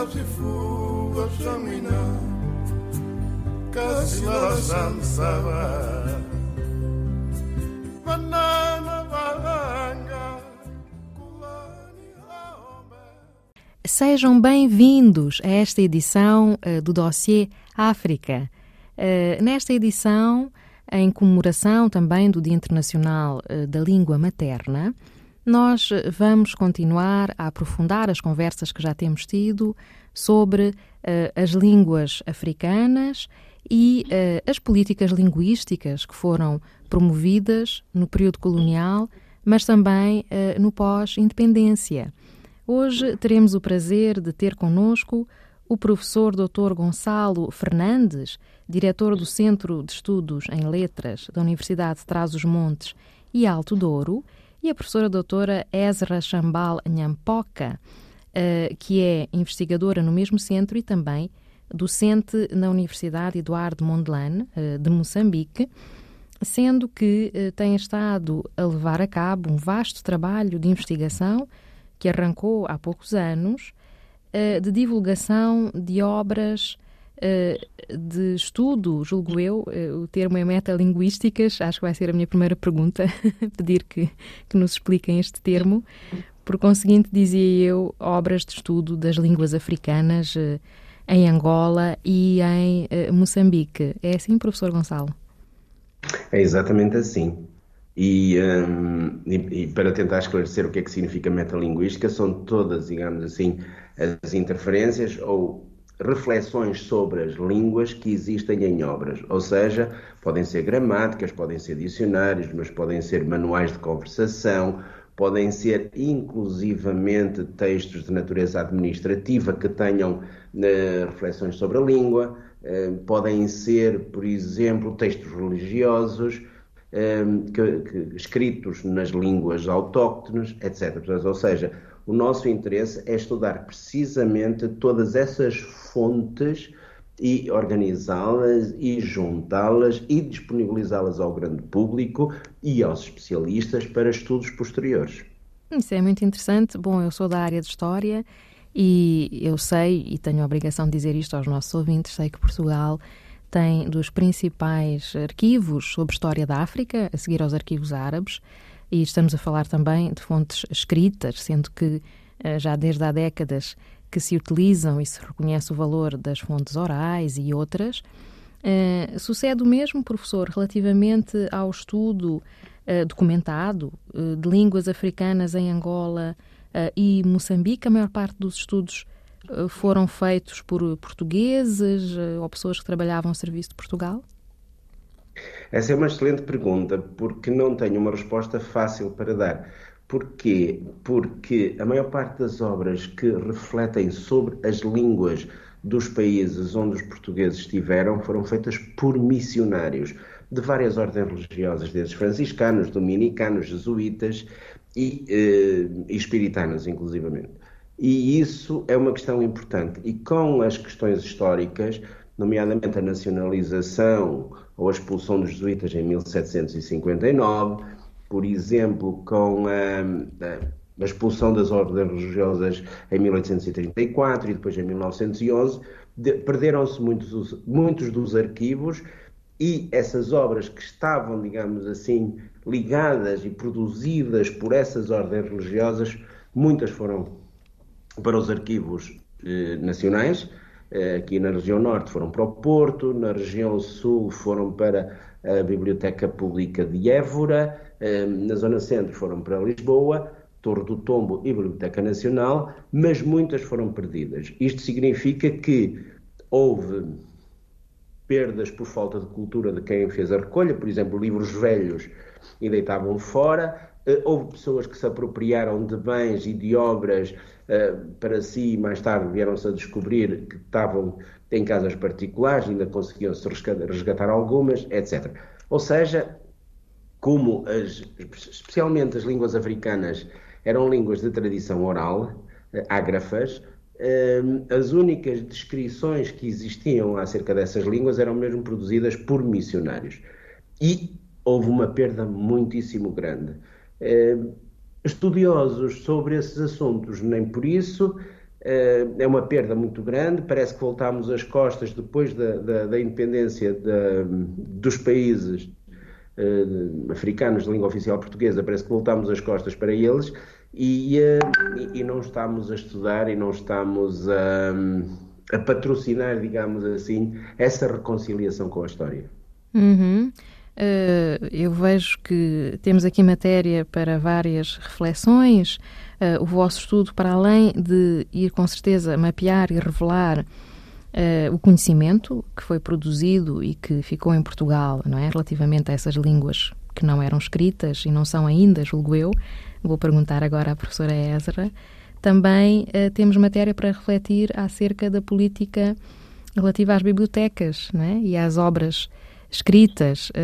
Sejam bem-vindos a esta edição do Dossiê África. Nesta edição, em comemoração também do Dia Internacional da Língua Materna, nós vamos continuar a aprofundar as conversas que já temos tido sobre as línguas africanas e as políticas linguísticas que foram promovidas no período colonial, mas também no pós-independência. Hoje teremos o prazer de ter connosco o professor Dr. Gonçalo Fernandes, diretor do Centro de Estudos em Letras da Universidade de Trás-os-Montes e Alto Douro, e a professora doutora Ezra Chambal Nyampoka, que é investigadora no mesmo centro e também docente na Universidade Eduardo Mondlane, de Moçambique, sendo que tem estado a levar a cabo um vasto trabalho de investigação que arrancou há poucos anos, de divulgação de obras de estudo, julgo eu, o termo é metalinguísticas, acho que vai ser a minha primeira pergunta, pedir que nos expliquem este termo. Por conseguinte, dizia eu, obras de estudo das línguas africanas em Angola e em Moçambique. É assim, professor Gonçalo? É exatamente assim. E para tentar esclarecer o que é que significa metalinguística, são todas, digamos assim, as interferências ou reflexões sobre as línguas que existem em obras. Ou seja, podem ser gramáticas, podem ser dicionários, mas podem ser manuais de conversação, podem ser inclusivamente textos de natureza administrativa que tenham reflexões sobre a língua, podem ser, por exemplo, textos religiosos, escritos nas línguas autóctones, etc. Ou seja, o nosso interesse é estudar precisamente todas essas fontes e organizá-las e juntá-las e disponibilizá-las ao grande público e aos especialistas para estudos posteriores. Isso é muito interessante. Bom, eu sou da área de História e eu sei, e tenho a obrigação de dizer isto aos nossos ouvintes, sei que Portugal tem dos principais arquivos sobre história da África, a seguir aos arquivos árabes, e estamos a falar também de fontes escritas, sendo que já desde há décadas que se utilizam e se reconhece o valor das fontes orais e outras. Sucede o mesmo, professor, relativamente ao estudo documentado de línguas africanas em Angola e Moçambique? A maior parte dos estudos foram feitos por portugueses ou pessoas que trabalhavam ao serviço de Portugal? Essa é uma excelente pergunta, porque não tenho uma resposta fácil para dar. Porquê? Porque a maior parte das obras que refletem sobre as línguas dos países onde os portugueses estiveram foram feitas por missionários de várias ordens religiosas, desde franciscanos, dominicanos, jesuítas e espiritanos, inclusivamente. E isso é uma questão importante. E com as questões históricas, nomeadamente a nacionalização ou a expulsão dos jesuítas em 1759, por exemplo, com a expulsão das ordens religiosas em 1834 e depois em 1911, perderam-se muitos dos arquivos e essas obras que estavam, digamos assim, ligadas e produzidas por essas ordens religiosas, muitas foram para os arquivos nacionais. Aqui na região norte foram para o Porto, na região sul foram para a Biblioteca Pública de Évora, na zona centro foram para Lisboa, Torre do Tombo e Biblioteca Nacional, mas muitas foram perdidas. Isto significa que houve perdas por falta de cultura de quem fez a recolha, por exemplo, livros velhos e deitavam fora. Houve pessoas que se apropriaram de bens e de obras para si, mais tarde vieram-se a descobrir que estavam em casas particulares, ainda conseguiam-se resgatar algumas, etc. Ou seja, como especialmente as línguas africanas eram línguas de tradição oral, ágrafas, as únicas descrições que existiam acerca dessas línguas eram mesmo produzidas por missionários. E houve uma perda muitíssimo grande. Estudiosos sobre esses assuntos, nem por isso, É uma perda muito grande. Parece que voltámos as costas depois da independência dos países africanos de língua oficial portuguesa. Parece que voltámos as costas para eles e não estamos a estudar e não estamos a patrocinar, digamos assim, essa reconciliação com a história. Uhum. Eu vejo que temos aqui matéria para várias reflexões. O vosso estudo, para além de ir com certeza mapear e revelar o conhecimento que foi produzido e que ficou em Portugal, não é? Relativamente a essas línguas que não eram escritas e não são ainda, julgo eu. Vou perguntar agora à professora Ezra. Também temos matéria para refletir acerca da política relativa às bibliotecas, não é? E às obras escritas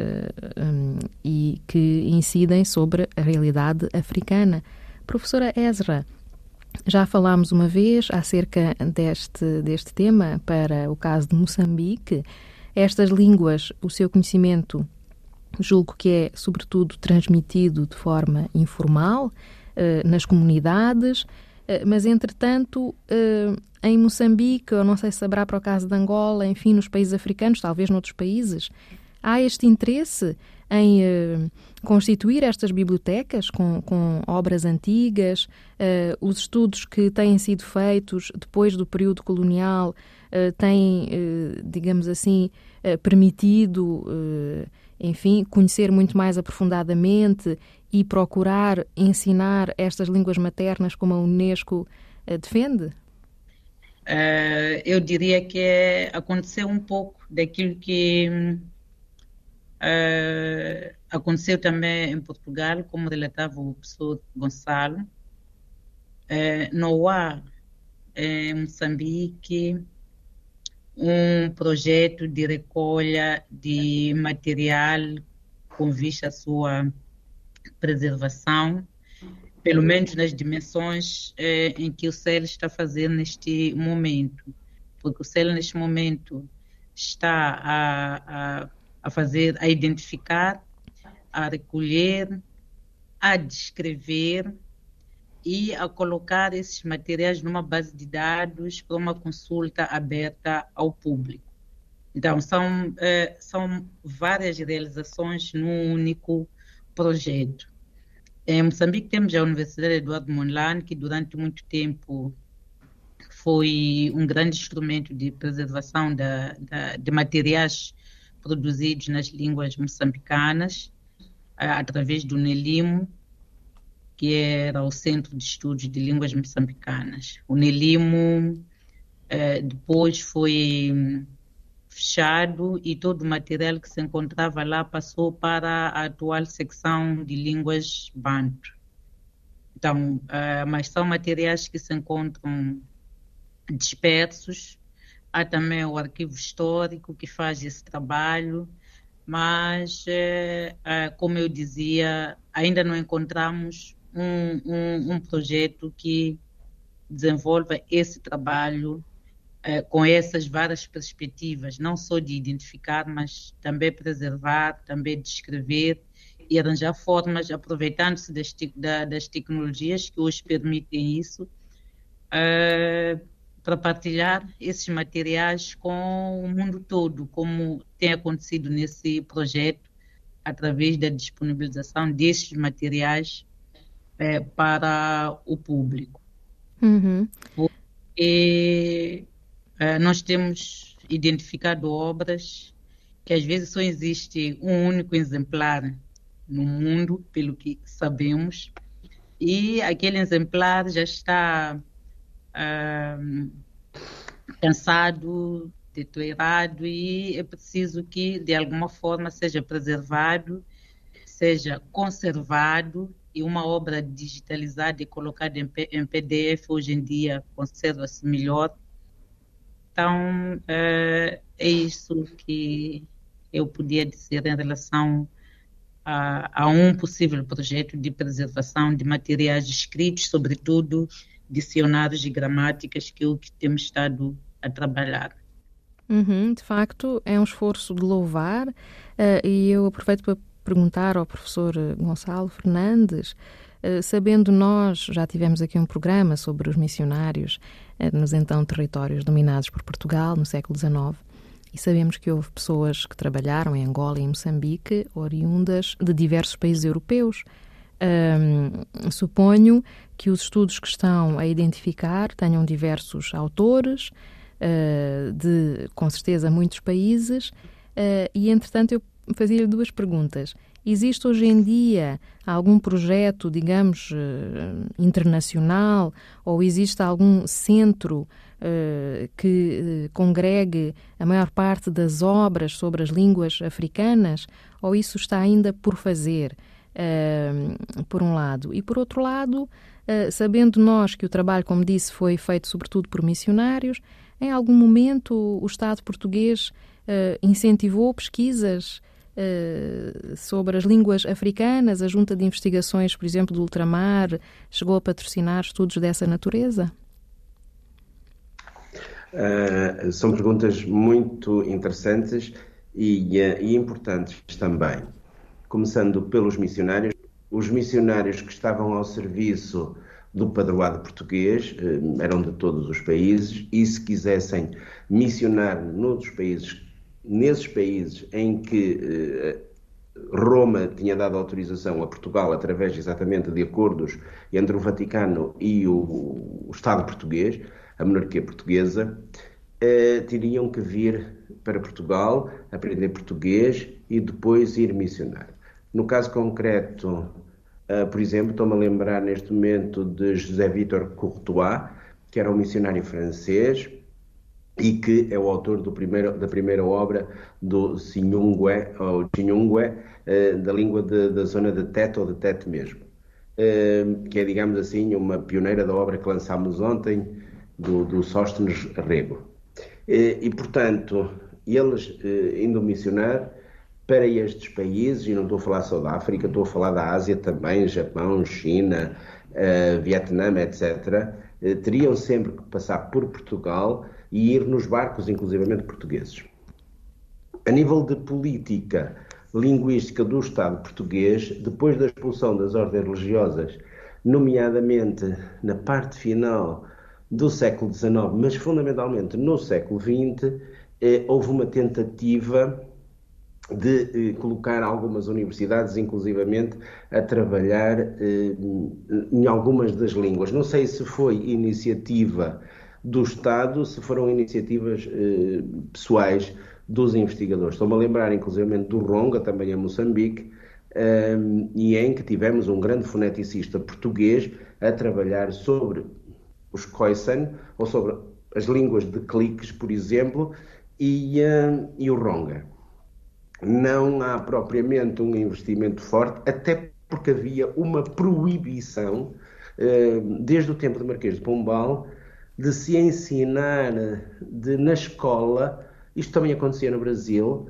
e que incidem sobre a realidade africana. Professora Ezra, já falámos uma vez acerca deste tema para o caso de Moçambique. Estas línguas, o seu conhecimento, julgo que é, sobretudo, transmitido de forma informal nas comunidades, mas, entretanto, em Moçambique, ou não sei se saberá para o caso de Angola, enfim, nos países africanos, talvez noutros países, há este interesse em constituir estas bibliotecas com obras antigas. Os estudos que têm sido feitos depois do período colonial têm, digamos assim, permitido, enfim, conhecer muito mais aprofundadamente e procurar ensinar estas línguas maternas como a Unesco defende? Eu diria que aconteceu um pouco daquilo que aconteceu também em Portugal, como relatava o professor Gonçalo. Não há em Moçambique um projeto de recolha de material com vista à sua preservação, pelo menos nas dimensões em que o CEL está fazendo neste momento, porque o CEL neste momento está a identificar, a recolher, a descrever e a colocar esses materiais numa base de dados para uma consulta aberta ao público. Então, são várias realizações num único projeto. Em Moçambique temos a Universidade Eduardo Mondlane, que durante muito tempo foi um grande instrumento de preservação de materiais produzidos nas línguas moçambicanas, através do NELIMO, que era o Centro de Estudos de Línguas Moçambicanas. O NELIMO depois foi fechado e todo o material que se encontrava lá passou para a atual secção de línguas Banto. Então, mas são materiais que se encontram dispersos. Há também o arquivo histórico que faz esse trabalho, mas, como eu dizia, ainda não encontramos um projeto que desenvolva esse trabalho com essas várias perspectivas, não só de identificar, mas também preservar, também descrever e arranjar formas, aproveitando-se das tecnologias que hoje permitem isso, para partilhar esses materiais com o mundo todo, como tem acontecido nesse projeto, através da disponibilização desses materiais para o público. Uhum. E nós temos identificado obras que às vezes só existe um único exemplar no mundo, pelo que sabemos, e aquele exemplar já está cansado, deteriorado, e é preciso que de alguma forma seja preservado, seja conservado, e uma obra digitalizada e colocada em PDF hoje em dia conserva-se melhor. Então, é isso que eu podia dizer em relação a um possível projeto de preservação de materiais escritos, sobretudo dicionários e gramáticas, que é o que temos estado a trabalhar. Uhum, de facto, é um esforço de louvar, e eu aproveito para perguntar ao professor Gonçalo Fernandes Sabendo nós, já tivemos aqui um programa sobre os missionários nos então territórios dominados por Portugal no século XIX, e sabemos que houve pessoas que trabalharam em Angola e em Moçambique, oriundas de diversos países europeus. Suponho que os estudos que estão a identificar tenham diversos autores, de, com certeza, muitos países, e, entretanto, eu fazia-lhe duas perguntas. Existe hoje em dia algum projeto, digamos, internacional, ou existe algum centro que congregue a maior parte das obras sobre as línguas africanas, ou isso está ainda por fazer, por um lado? E, por outro lado, sabendo nós que o trabalho, como disse, foi feito sobretudo por missionários, em algum momento o Estado português incentivou pesquisas sobre as línguas africanas? A Junta de Investigações, por exemplo, do Ultramar, chegou a patrocinar estudos dessa natureza? São perguntas muito interessantes e importantes também. Começando pelos missionários. Os missionários que estavam ao serviço do padroado português eram de todos os países, e se quisessem missionar nesses países em que Roma tinha dado autorização a Portugal através exatamente de acordos entre o Vaticano e o Estado português, a monarquia portuguesa, teriam que vir para Portugal, aprender português e depois ir missionar. No caso concreto, por exemplo, estou-me a lembrar neste momento de José Victor Courtois, que era um missionário francês e que é o autor da primeira obra do Chinyungwe, da língua da zona de Tete, ou de Tete mesmo, que é, digamos assim, uma pioneira da obra que lançámos ontem, do Sóstenes Rego. E, portanto, eles indo missionar para estes países, e não estou a falar só da África, estou a falar da Ásia também, Japão, China, Vietnã, etc., teriam sempre que passar por Portugal e ir nos barcos, inclusivamente portugueses. A nível de política linguística do Estado português, depois da expulsão das ordens religiosas, nomeadamente na parte final do século XIX, mas fundamentalmente no século XX, houve uma tentativa de colocar algumas universidades, inclusivamente, a trabalhar em algumas das línguas. Não sei se foi iniciativa do Estado, se foram iniciativas pessoais dos investigadores. Estou-me a lembrar, inclusivamente, do Ronga, também em Moçambique, e em que tivemos um grande foneticista português a trabalhar sobre os Khoisan, ou sobre as línguas de cliques, por exemplo, e o Ronga. Não há propriamente um investimento forte, até porque havia uma proibição, desde o tempo do Marquês de Pombal, de se ensinar na escola, isto também acontecia no Brasil,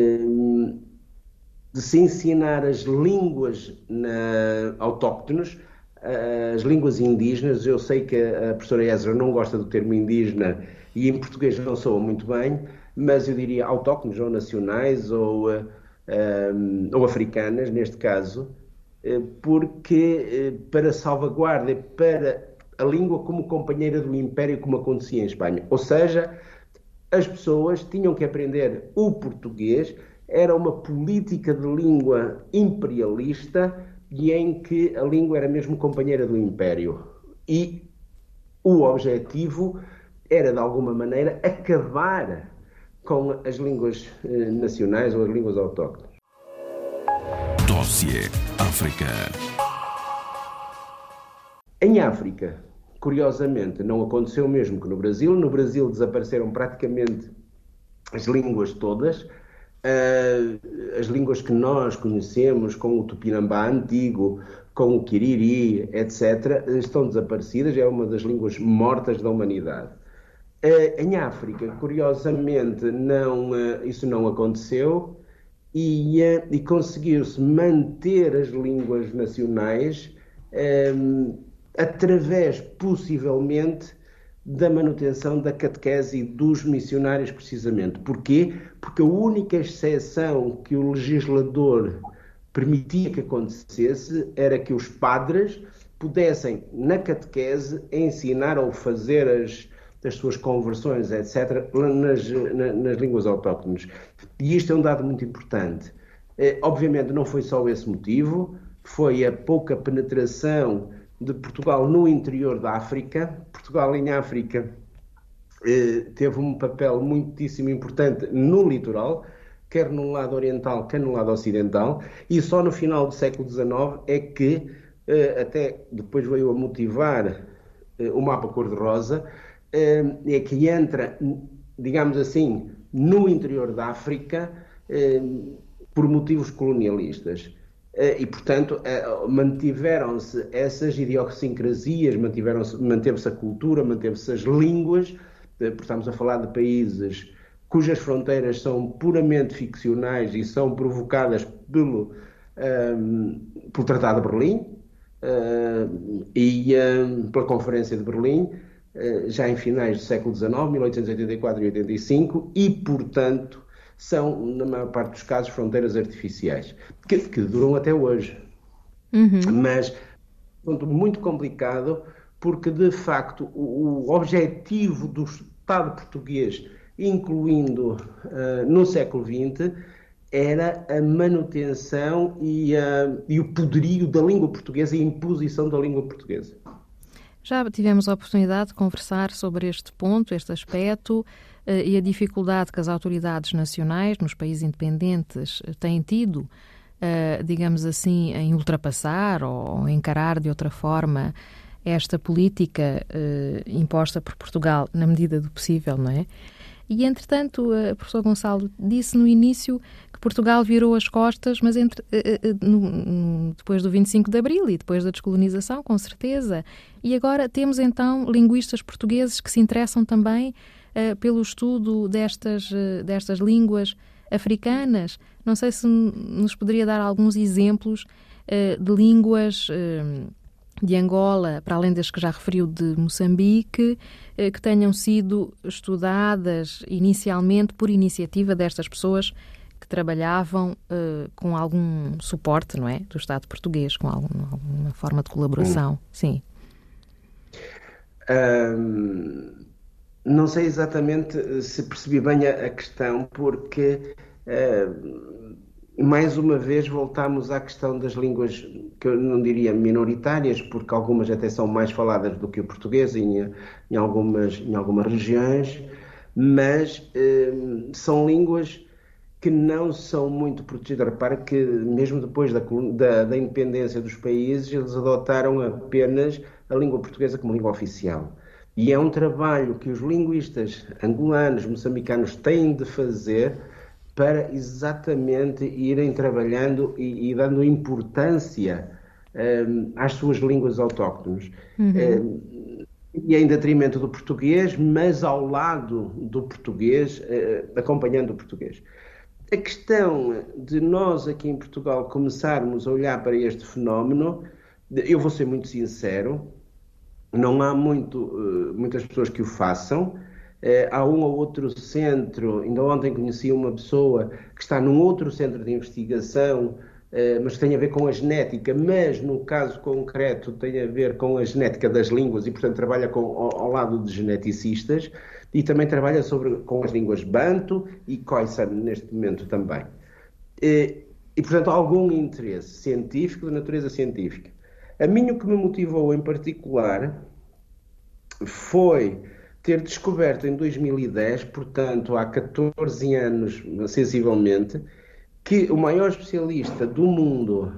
de se ensinar as línguas autóctones, as línguas indígenas. Eu sei que a professora Ezra não gosta do termo indígena e em português não soa muito bem, mas eu diria autóctones ou nacionais ou africanas, neste caso, porque para salvaguarda, para a língua como companheira do Império, como acontecia em Espanha. Ou seja, as pessoas tinham que aprender o português, era uma política de língua imperialista e em que a língua era mesmo companheira do Império. E o objetivo era, de alguma maneira, acabar com as línguas nacionais ou as línguas autóctones. Dossiê África. Em África, curiosamente, não aconteceu o mesmo que no Brasil. No Brasil desapareceram praticamente as línguas todas. As línguas que nós conhecemos, com o Tupinambá antigo, com o Quiriri, etc., estão desaparecidas. É uma das línguas mortas da humanidade. Em África, curiosamente, isso não aconteceu e conseguiu-se manter as línguas nacionais através, possivelmente, da manutenção da catequese dos missionários, precisamente. Porquê? Porque a única exceção que o legislador permitia que acontecesse era que os padres pudessem, na catequese, ensinar ou fazer as suas conversões, etc., nas línguas autóctones. E isto é um dado muito importante. Obviamente não foi só esse motivo, foi a pouca penetração de Portugal no interior da África. Portugal em África teve um papel muitíssimo importante no litoral, quer no lado oriental, quer no lado ocidental, e só no final do século XIX é que, até depois veio a motivar o mapa cor-de-rosa, é que entra, digamos assim, no interior da África, por motivos colonialistas. E, portanto, mantiveram-se essas idiosincrasias, manteve-se a cultura, manteve-se as línguas, porque estamos a falar de países cujas fronteiras são puramente ficcionais e são provocadas pelo Tratado de Berlim e pela Conferência de Berlim, já em finais do século XIX, 1884 e 85, e, portanto, são, na maior parte dos casos, fronteiras artificiais, que duram até hoje. Mas é muito complicado, porque, de facto, o objetivo do Estado português, incluindo no século XX, era a manutenção e o poderio da língua portuguesa e a imposição da língua portuguesa. Já tivemos a oportunidade de conversar sobre este ponto, este aspecto, e a dificuldade que as autoridades nacionais nos países independentes têm tido, digamos assim, em ultrapassar ou encarar de outra forma esta política imposta por Portugal na medida do possível, não é? E, entretanto, o professor Gonçalo disse no início que Portugal virou as costas, mas depois do 25 de Abril e depois da descolonização, com certeza. E agora temos, então, linguistas portugueses que se interessam também pelo estudo destas línguas africanas. Não sei se nos poderia dar alguns exemplos de línguas de Angola, para além das que já referiu de Moçambique, que tenham sido estudadas inicialmente por iniciativa destas pessoas que trabalhavam com algum suporte, não é, do Estado português, com alguma forma de colaboração. Sim. Não sei exatamente se percebi bem a questão, porque mais uma vez voltamos à questão das línguas, que eu não diria minoritárias, porque algumas até são mais faladas do que o português em algumas regiões, mas são línguas que não são muito protegidas. Repara que mesmo depois da independência dos países, eles adotaram apenas a língua portuguesa como língua oficial. E é um trabalho que os linguistas angolanos, moçambicanos têm de fazer para exatamente irem trabalhando e dando importância às suas línguas autóctones. E em detrimento do português, mas ao lado do português, acompanhando o português. A questão de nós aqui em Portugal começarmos a olhar para este fenómeno, eu vou ser muito sincero, não há muitas pessoas que o façam. Há um ou outro centro, ainda ontem conheci uma pessoa que está num outro centro de investigação, mas que tem a ver com a genética, mas no caso concreto tem a ver com a genética das línguas e, portanto, trabalha ao lado de geneticistas e também trabalha com as línguas Banto e Khoisan neste momento também. E, portanto, há algum interesse científico, de natureza científica. A mim o que me motivou em particular foi ter descoberto em 2010, portanto há 14 anos sensivelmente, que o maior especialista do mundo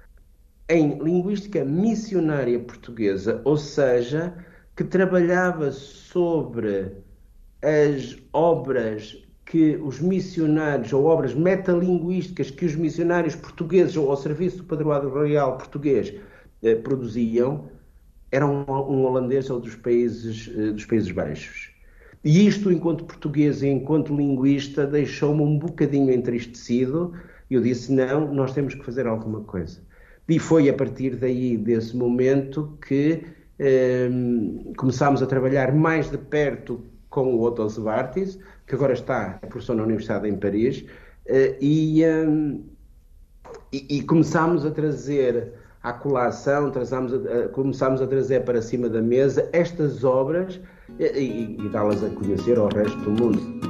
em linguística missionária portuguesa, ou seja, que trabalhava sobre as obras que os missionários, ou obras metalinguísticas que os missionários portugueses ou ao serviço do Padroado Royal português produziam, era um holandês ou dos Países Baixos. E isto, enquanto português e enquanto linguista, deixou-me um bocadinho entristecido. Eu disse, não, nós temos que fazer alguma coisa. E foi a partir daí, desse momento, que começámos a trabalhar mais de perto com o Otto Zvartis, que agora está professor na Universidade em Paris, e E começámos a trazer à colação, começámos a trazer para cima da mesa estas obras e dá-las a conhecer ao resto do mundo.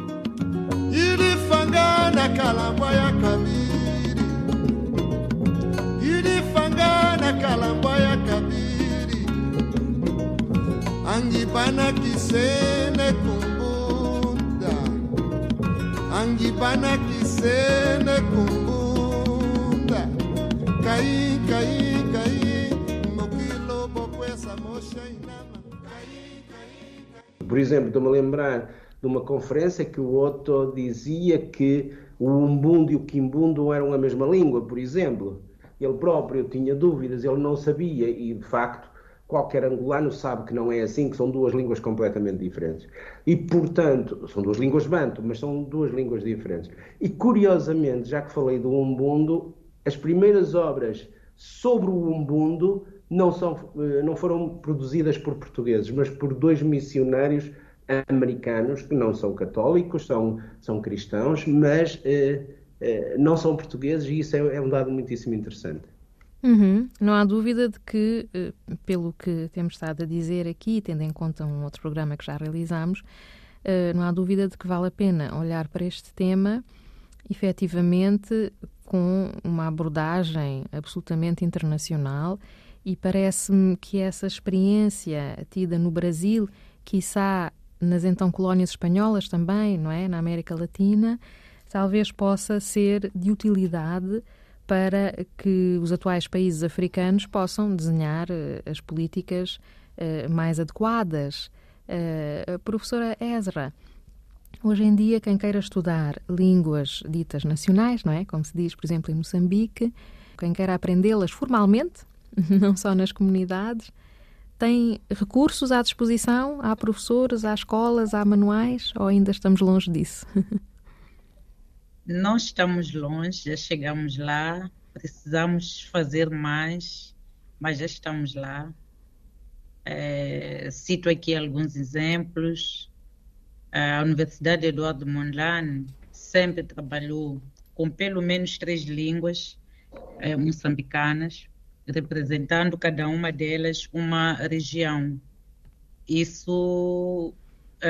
Angibana kisene kumbunda, angibana kisene kumbunda, kai kai kai, mokilo bokwesa mosha inama, kai kai. Por exemplo, estou-me a lembrar de uma conferência que o Otto dizia que o umbundo e o quimbundo eram a mesma língua, por exemplo. Ele próprio tinha dúvidas, ele não sabia e, de facto, qualquer angolano sabe que não é assim, que são duas línguas completamente diferentes. E, portanto, são duas línguas banto, mas são duas línguas diferentes. E, curiosamente, já que falei do umbundo, as primeiras obras sobre o umbundo não foram produzidas por portugueses, mas por dois missionários americanos, que não são católicos, são cristãos, mas não são portugueses, e isso é um dado muitíssimo interessante. Não há dúvida de que, pelo que temos estado a dizer aqui, tendo em conta um outro programa que já realizámos, não há dúvida de que vale a pena olhar para este tema, efetivamente, com uma abordagem absolutamente internacional, e parece-me que essa experiência tida no Brasil, quiçá nas então colónias espanholas também, não é? Na América Latina, talvez possa ser de utilidade para que os atuais países africanos possam desenhar as políticas mais adequadas. Professora Ezra, hoje em dia quem queira estudar línguas ditas nacionais, não é? Como se diz, por exemplo, em Moçambique, quem queira aprendê-las formalmente, não só nas comunidades, tem recursos à disposição? Há professores, há escolas, há manuais, ou ainda estamos longe disso? Nós estamos longe, já chegamos lá, precisamos fazer mais, mas já estamos lá. Cito aqui alguns exemplos. A Universidade Eduardo Mondlane sempre trabalhou com pelo menos 3 línguas moçambicanas, representando cada uma delas uma região. Isso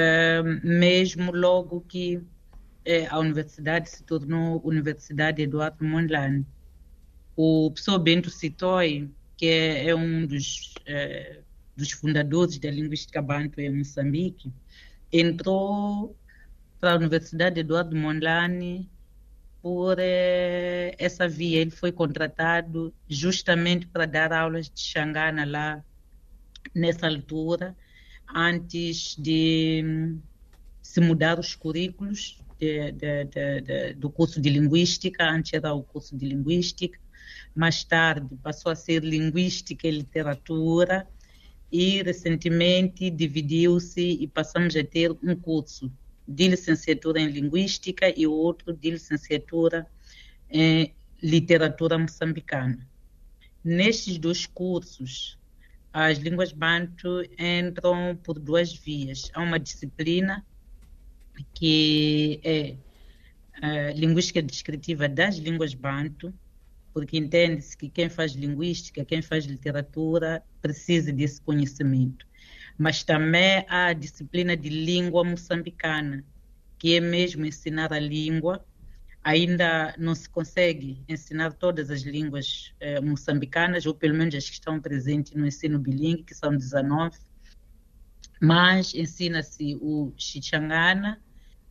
mesmo logo que a universidade se tornou Universidade Eduardo Mondlane. O professor Bento Sitoi, que é um dos fundadores da linguística banto em Moçambique, entrou para a Universidade Eduardo Mondlane por essa via. Ele foi contratado justamente para dar aulas de Xangana lá nessa altura, antes de se mudar os currículos do curso de Linguística. Antes era o curso de Linguística, mais tarde passou a ser Linguística e Literatura, e recentemente dividiu-se e passamos a ter um curso de licenciatura em Linguística e outro de licenciatura em Literatura Moçambicana. Nestes 2 cursos, as línguas banto entram por 2 vias. Há uma disciplina que é a linguística descritiva das línguas banto, porque entende-se que quem faz linguística, quem faz literatura, precisa desse conhecimento. Mas também há a disciplina de língua moçambicana, que é mesmo ensinar a língua. Ainda não se consegue ensinar todas as línguas moçambicanas, ou pelo menos as que estão presentes no ensino bilíngue, que são 19, mas ensina-se o Xixangana,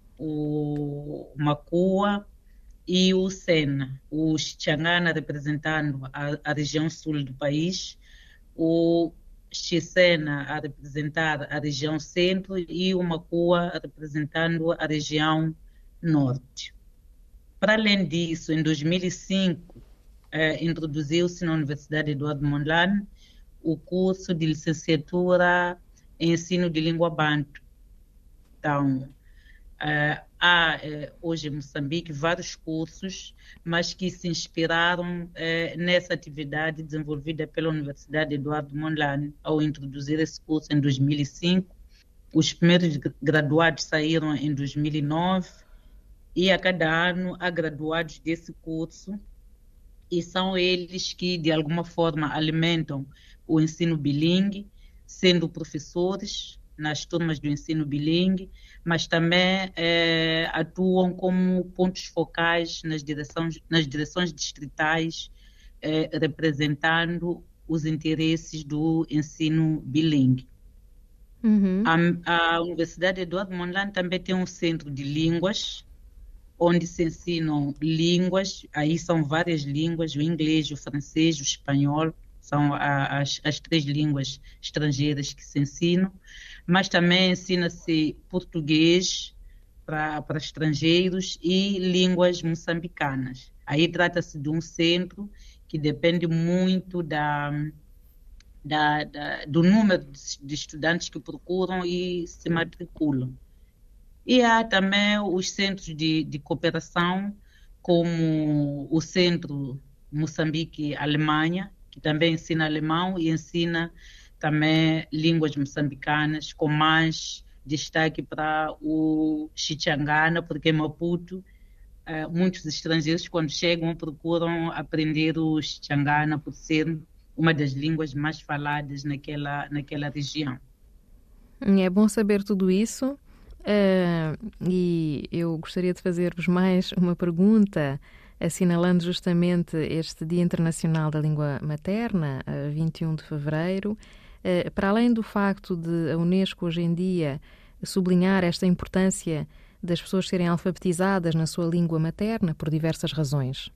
o Makua e o Sena. O Xixangana representando a região sul do país, o Xisena a representar a região centro e o Makua representando a região norte. Para além disso, em 2005, introduziu-se na Universidade Eduardo Mondlane o curso de licenciatura em ensino de língua banto. Então, há hoje em Moçambique vários cursos, mas que se inspiraram nessa atividade desenvolvida pela Universidade Eduardo Mondlane ao introduzir esse curso em 2005. Os primeiros graduados saíram em 2009 e a cada ano há graduados desse curso e são eles que, de alguma forma, alimentam o ensino bilingue, sendo professores nas turmas do ensino bilingue, mas também atuam como pontos focais nas direções distritais, representando os interesses do ensino bilingue. Uhum. A Universidade Eduardo Mondlane também tem um centro de línguas, onde se ensinam línguas, aí são várias línguas, o inglês, o francês, o espanhol, são as 3 línguas estrangeiras que se ensinam, mas também ensina-se português para estrangeiros e línguas moçambicanas. Aí trata-se de um centro que depende muito do número de estudantes que procuram e se matriculam. E há também os centros de cooperação, como o Centro Moçambique-Alemanha, que também ensina alemão e ensina também línguas moçambicanas, com mais destaque para o Xixangana, porque em Maputo, muitos estrangeiros, quando chegam, procuram aprender o Xixangana por ser uma das línguas mais faladas naquela região. É bom saber tudo isso. E eu gostaria de fazer-vos mais uma pergunta, assinalando justamente este Dia Internacional da Língua Materna, 21 de fevereiro. Para além do facto de a Unesco hoje em dia sublinhar esta importância das pessoas serem alfabetizadas na sua língua materna por diversas razões,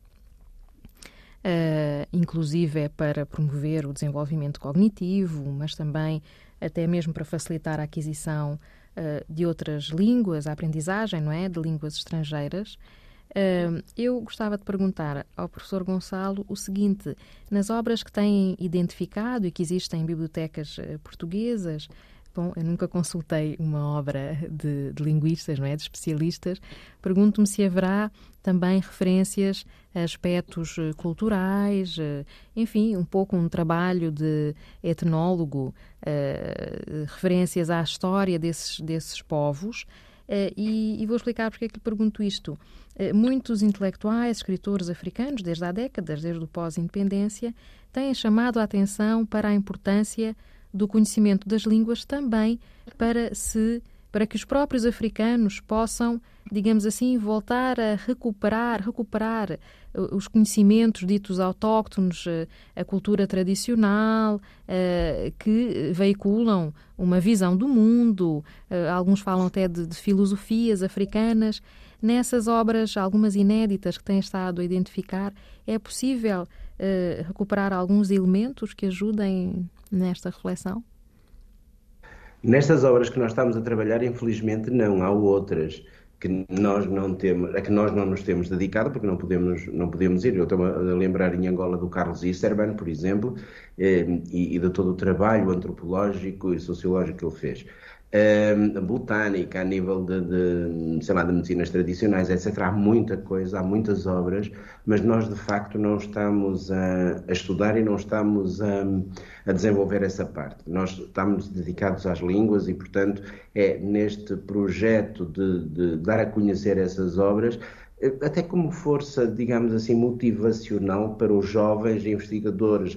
inclusive é para promover o desenvolvimento cognitivo, mas também até mesmo para facilitar a aquisição de outras línguas, a aprendizagem, não é, de línguas estrangeiras. Eu gostava de perguntar ao professor Gonçalo o seguinte: nas obras que têm identificado e que existem em bibliotecas portuguesas, bom, eu nunca consultei uma obra de linguistas, não é, de especialistas, pergunto-me se haverá também referências a aspectos culturais, enfim, um pouco um trabalho de etnólogo, referências à história desses povos. E vou explicar porque é que lhe pergunto isto. Muitos intelectuais, escritores africanos, desde há décadas, desde o pós-independência, têm chamado a atenção para a importância do conhecimento das línguas também para que os próprios africanos possam, digamos assim, voltar a recuperar os conhecimentos ditos autóctonos, a cultura tradicional, que veiculam uma visão do mundo. Alguns falam até de filosofias africanas. Nessas obras, algumas inéditas que têm estado a identificar, é possível recuperar alguns elementos que ajudem nesta reflexão? Nestas obras que nós estamos a trabalhar, infelizmente não, há outras que nós não temos, a que nós não nos temos dedicado, porque não podemos ir. Eu estou a lembrar em Angola do Carlos Isserban, por exemplo, e de todo o trabalho antropológico e sociológico que ele fez. Botânica, a nível de medicinas tradicionais, etc. Há muita coisa, há muitas obras, mas nós de facto não estamos a estudar e não estamos a desenvolver essa parte. Nós estamos dedicados às línguas e, portanto, é neste projeto de dar a conhecer essas obras, até como força, digamos assim, motivacional para os jovens investigadores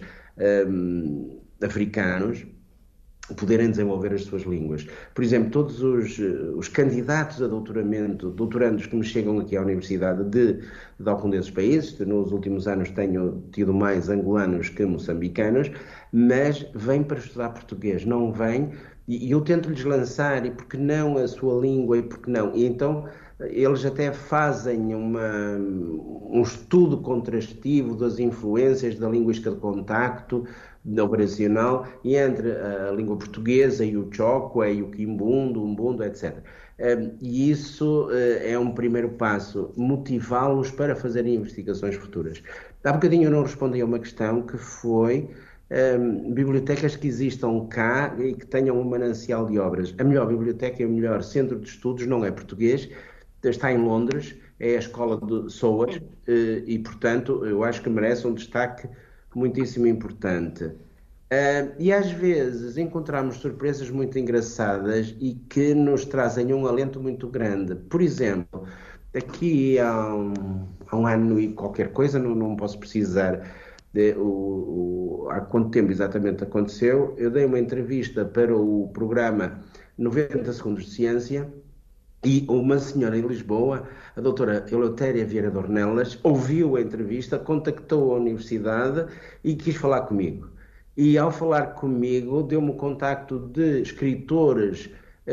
africanos poderem desenvolver as suas línguas. Por exemplo, todos os candidatos a doutoramento, doutorandos que me chegam aqui à Universidade de algum desses países, nos últimos anos tenho tido mais angolanos que moçambicanos, mas vêm para estudar português, não vêm, e eu tento-lhes lançar, e porque não a sua língua, e porque não, e então eles até fazem um estudo contrastivo das influências da linguística de contacto, operacional, e entre a língua portuguesa e o Chokwe e o Quimbundo, o Umbundo, etc. E isso é um primeiro passo, motivá-los para fazerem investigações futuras. Há bocadinho eu não respondi a uma questão que foi bibliotecas que existam cá e que tenham um manancial de obras. A melhor biblioteca e o melhor centro de estudos não é português, está em Londres, é a Escola de SOAS e, portanto, eu acho que merece um destaque muitíssimo importante. E às vezes encontramos surpresas muito engraçadas e que nos trazem um alento muito grande. Por exemplo, aqui há há um ano e qualquer coisa, não posso precisar há quanto tempo exatamente aconteceu. Eu dei uma entrevista para o programa 90 Segundos de Ciência e uma senhora em Lisboa, a doutora Eleutéria Vieira de Ornelas, ouviu a entrevista, contactou a universidade e quis falar comigo. E ao falar comigo, deu-me o contacto de escritores,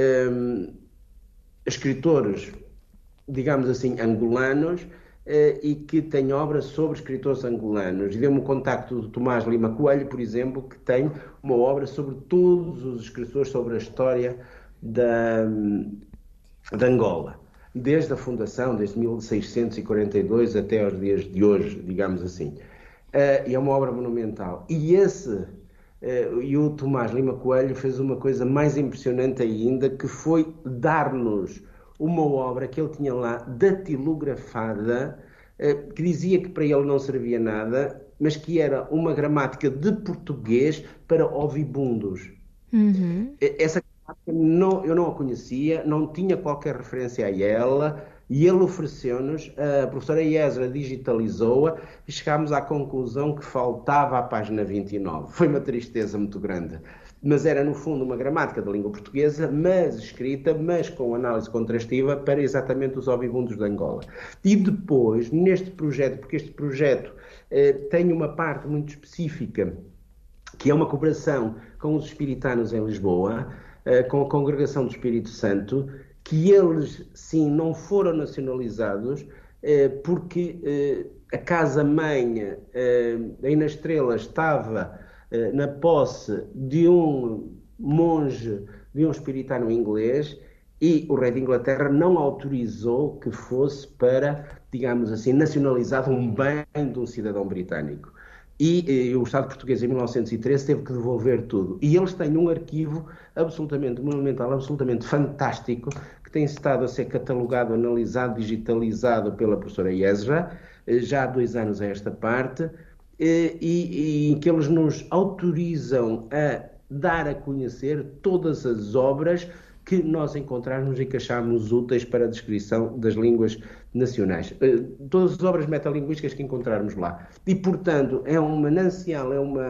digamos assim, angolanos, e que têm obras sobre escritores angolanos. E deu-me o contacto do Tomás Lima Coelho, por exemplo, que tem uma obra sobre todos os escritores sobre a história de Angola, desde a fundação, desde 1642 até aos dias de hoje, digamos assim. E é uma obra monumental. E o Tomás Lima Coelho fez uma coisa mais impressionante ainda, que foi dar-nos uma obra que ele tinha lá datilografada, que dizia que para ele não servia nada, mas que era uma gramática de português para ovibundos. Uhum. Essa gramática eu não a conhecia, não tinha qualquer referência a ela, e ele ofereceu-nos, a professora Iesra digitalizou-a, e chegámos à conclusão que faltava a página 29. Foi uma tristeza muito grande. Mas era, no fundo, uma gramática da língua portuguesa, mas escrita, mas com análise contrastiva para exatamente os ovibundos de Angola. E depois, neste projeto, porque este projeto tem uma parte muito específica, que é uma cooperação com os espiritanos em Lisboa, com a Congregação do Espírito Santo, que eles, sim, não foram nacionalizados, porque a casa-mãe aí na Estrela estava na posse de um monge, de um espiritano inglês, e o rei de Inglaterra não autorizou que fosse para, digamos assim, nacionalizado um bem de um cidadão britânico. E o Estado português, em 1913, teve que devolver tudo. E eles têm um arquivo absolutamente monumental, absolutamente fantástico, que tem estado a ser catalogado, analisado, digitalizado pela professora Iesra, já há 2 anos a esta parte, e que eles nos autorizam a dar a conhecer todas as obras que nós encontrarmos e que acharmos úteis para a descrição das línguas nacionais. Todas as obras metalinguísticas que encontrarmos lá. E, portanto, é um manancial,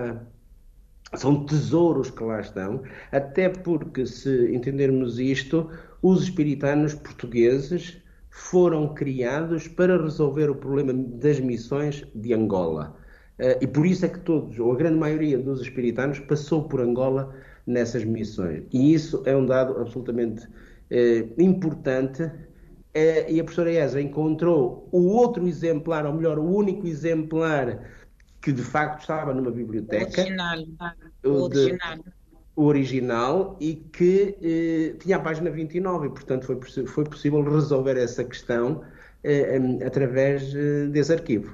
são tesouros que lá estão, até porque, se entendermos isto, os espiritanos portugueses foram criados para resolver o problema das missões de Angola. E por isso é que todos, ou a grande maioria dos espiritanos, passou por Angola nessas missões. E isso é um dado absolutamente importante. E a professora Iesra encontrou o outro exemplar, ou melhor, o único exemplar que de facto estava numa biblioteca. O original, e que tinha a página 29, e portanto foi possível resolver essa questão através desse arquivo.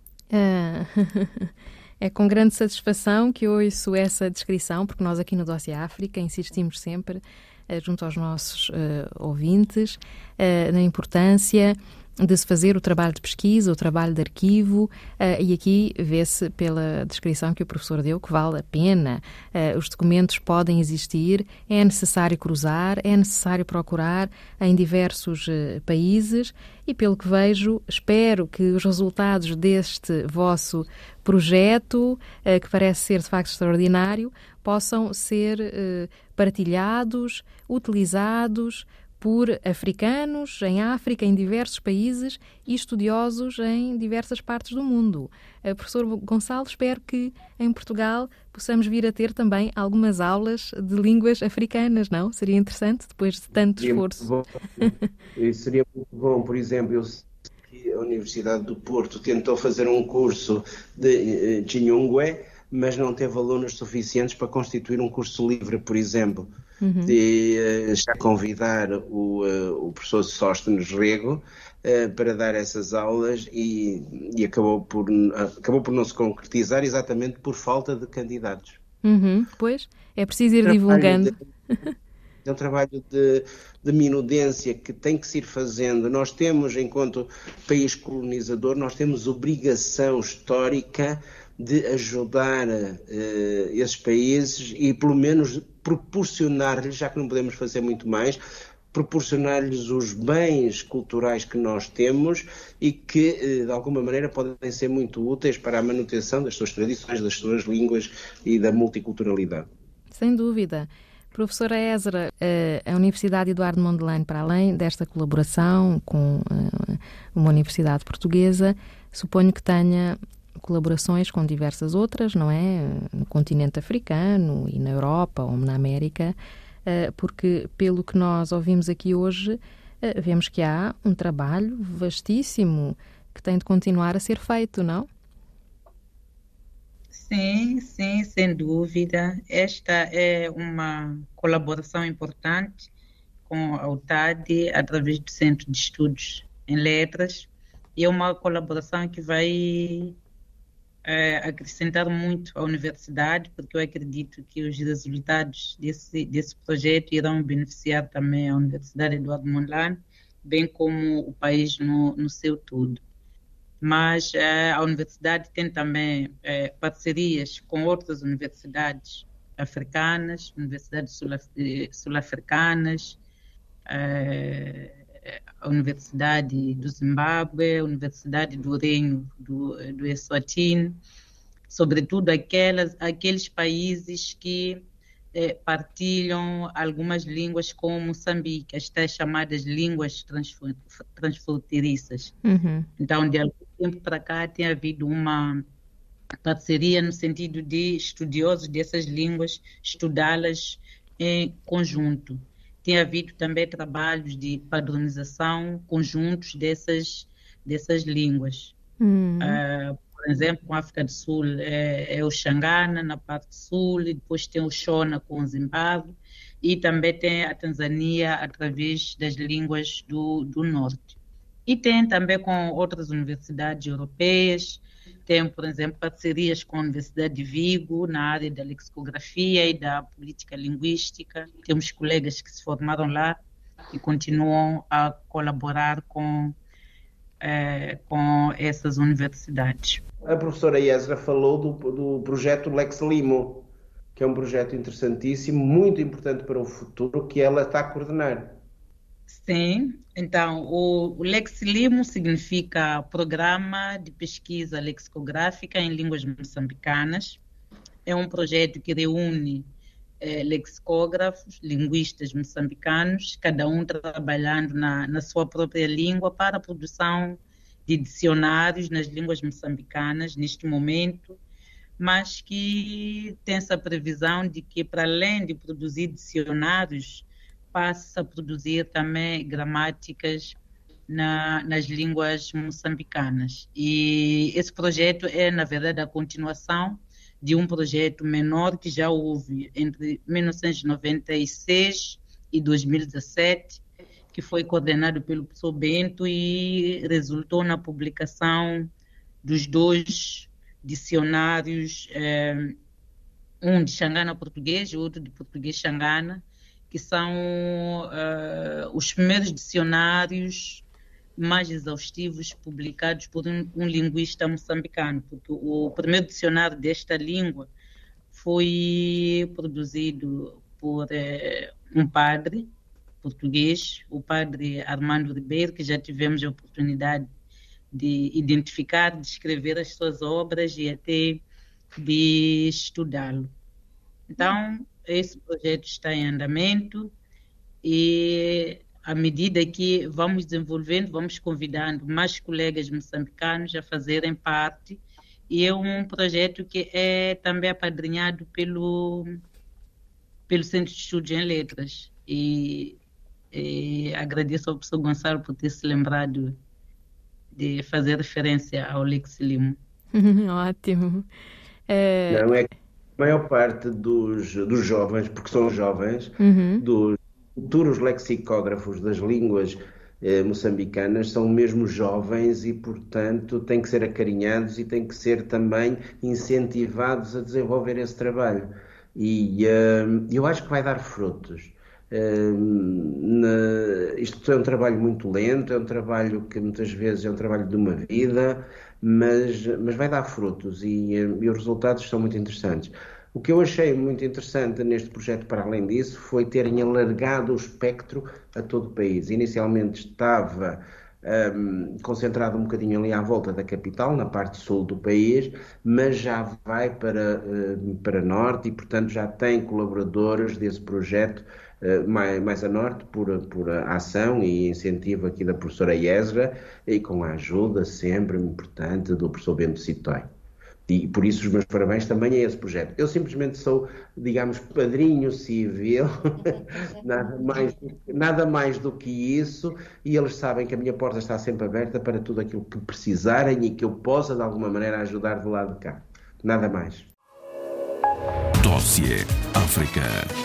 É com grande satisfação que ouço essa descrição, porque nós aqui no Dossiê África insistimos sempre, junto aos nossos ouvintes, na importância de se fazer o trabalho de pesquisa, o trabalho de arquivo, e aqui vê-se pela descrição que o professor deu que vale a pena. Os documentos podem existir, é necessário cruzar, é necessário procurar em diversos países, e pelo que vejo, espero que os resultados deste vosso projeto, que parece ser de facto extraordinário, possam ser partilhados, utilizados por africanos em África, em diversos países, e estudiosos em diversas partes do mundo. Professor Gonçalo, espero que em Portugal possamos vir a ter também algumas aulas de línguas africanas, não? Seria interessante, depois de tanto esforço. Seria muito bom. Por exemplo, eu sei que a Universidade do Porto tentou fazer um curso de Chinyungwe, mas não teve alunos suficientes para constituir um curso livre, por exemplo. De já convidar o professor Sóstenes Rego para dar essas aulas, e acabou por não se concretizar exatamente por falta de candidatos. Pois, é preciso ir divulgando. É um trabalho de minudência que tem que se ir fazendo. Nós temos, enquanto país colonizador, nós temos obrigação histórica de ajudar esses países e, pelo menos, proporcionar-lhes, já que não podemos fazer muito mais, proporcionar-lhes os bens culturais que nós temos e que, de alguma maneira, podem ser muito úteis para a manutenção das suas tradições, das suas línguas e da multiculturalidade. Sem dúvida. Professora Ezra, a Universidade Eduardo Mondlane, para além desta colaboração com uma universidade portuguesa, suponho que tenha colaborações com diversas outras, não é? No continente africano e na Europa ou na América, porque, pelo que nós ouvimos aqui hoje, vemos que há um trabalho vastíssimo que tem de continuar a ser feito, não? Sim, sim, sem dúvida. Esta é uma colaboração importante com a UTAD através do Centro de Estudos em Letras e é uma colaboração que vai acrescentar muito à universidade, porque eu acredito que os resultados desse projeto irão beneficiar também a Universidade Eduardo Mondlane, bem como o país no seu todo. Mas a universidade tem também parcerias com outras universidades africanas, universidades sul-africanas, a Universidade do Zimbábue, a Universidade do Reino do Eswatini, sobretudo aqueles países que partilham algumas línguas com Moçambique, as tais chamadas línguas transfronteiriças. Uhum. Então, de algum tempo para cá, tem havido uma parceria no sentido de estudiosos dessas línguas estudá-las em conjunto. Tem havido também trabalhos de padronização conjuntos dessas línguas. Uhum. Por exemplo, com a África do Sul é o Xangana na parte sul, e depois tem o Shona com o Zimbábue, e também tem a Tanzânia através das línguas do norte. E tem também com outras universidades europeias, tem, por exemplo, parcerias com a Universidade de Vigo na área da lexicografia e da política linguística. Temos colegas que se formaram lá e continuam a colaborar com essas universidades. A professora Ezra falou do projeto Lex Limo, que é um projeto interessantíssimo, muito importante para o futuro, que ela está a coordenar. Sim, então o Lex Limo significa Programa de Pesquisa Lexicográfica em Línguas Moçambicanas. É um projeto que reúne lexicógrafos, linguistas moçambicanos, cada um trabalhando na sua própria língua para a produção de dicionários nas línguas moçambicanas neste momento, mas que tem essa previsão de que, para além de produzir dicionários, passe a produzir também gramáticas nas línguas moçambicanas. E esse projeto é, na verdade, a continuação de um projeto menor que já houve entre 1996 e 2017, que foi coordenado pelo professor Bento e resultou na publicação dos 2 dicionários, um de Xangana português e outro de português Xangana, que são os primeiros dicionários mais exaustivos publicados por um linguista moçambicano, porque o primeiro dicionário desta língua foi produzido por um padre português, o padre Armando Ribeiro, que já tivemos a oportunidade de identificar, de escrever as suas obras e até de estudá-lo. Então, esse projeto está em andamento e, à medida que vamos desenvolvendo, vamos convidando mais colegas moçambicanos a fazerem parte, e é um projeto que é também apadrinhado pelo Centro de Estudos em Letras. E agradeço ao professor Gonçalo por ter se lembrado de fazer referência ao Lex Limo. Ótimo. Não é que a maior parte dos jovens, porque são jovens, dos futuros lexicógrafos das línguas moçambicanas, são mesmo jovens e, portanto, têm que ser acarinhados e têm que ser também incentivados a desenvolver esse trabalho. E eu acho que vai dar frutos. Isto é um trabalho muito lento, é um trabalho que muitas vezes é um trabalho de uma vida, mas vai dar frutos e os resultados são muito interessantes. O que eu achei muito interessante neste projeto, para além disso, foi terem alargado o espectro a todo o país. Inicialmente estava concentrado um bocadinho ali à volta da capital, na parte sul do país, mas já vai para norte e, portanto, já tem colaboradores desse projeto mais a norte por ação e incentivo aqui da professora Yesra e com a ajuda sempre importante do professor Bento Citói. E por isso os meus parabéns também a esse projeto. Eu simplesmente sou, digamos, padrinho civil, nada mais do que isso, e eles sabem que a minha porta está sempre aberta para tudo aquilo que precisarem e que eu possa, de alguma maneira, ajudar do lado de cá. Nada mais. Dossiê África.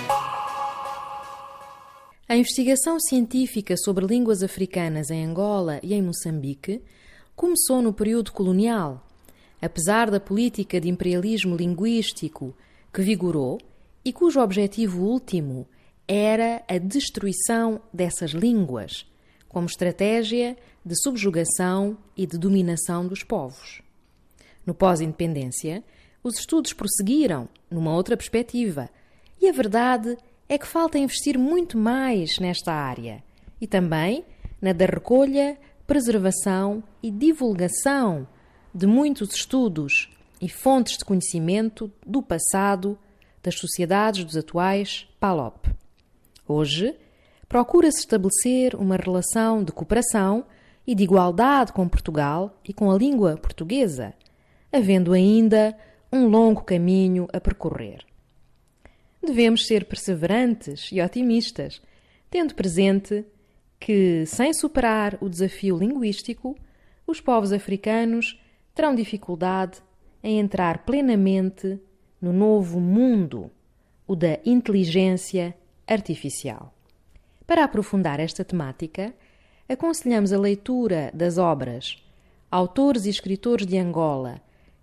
A investigação científica sobre línguas africanas em Angola e em Moçambique começou no período colonial. Apesar da política de imperialismo linguístico que vigorou e cujo objetivo último era a destruição dessas línguas, como estratégia de subjugação e de dominação dos povos. No pós-independência, os estudos prosseguiram numa outra perspectiva, e a verdade é que falta investir muito mais nesta área e também na da recolha, preservação e divulgação de muitos estudos e fontes de conhecimento do passado das sociedades dos atuais PALOP. Hoje, procura-se estabelecer uma relação de cooperação e de igualdade com Portugal e com a língua portuguesa, havendo ainda um longo caminho a percorrer. Devemos ser perseverantes e otimistas, tendo presente que, sem superar o desafio linguístico, os povos africanos terão dificuldade em entrar plenamente no novo mundo, o da inteligência artificial. Para aprofundar esta temática, aconselhamos a leitura das obras Autores e Escritores de Angola,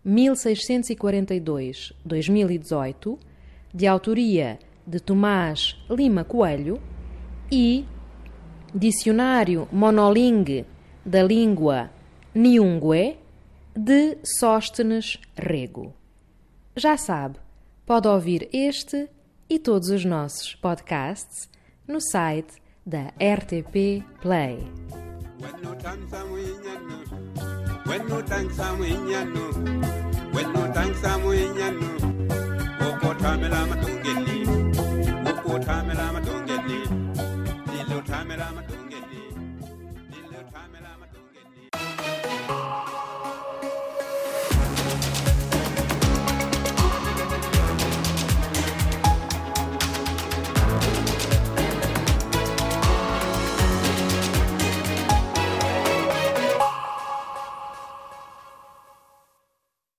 1642-2018, de autoria de Tomás Lima Coelho, e Dicionário Monolingue da Língua Niungue, de Sóstenes Rego. Já sabe, pode ouvir este e todos os nossos podcasts no site da RTP Play.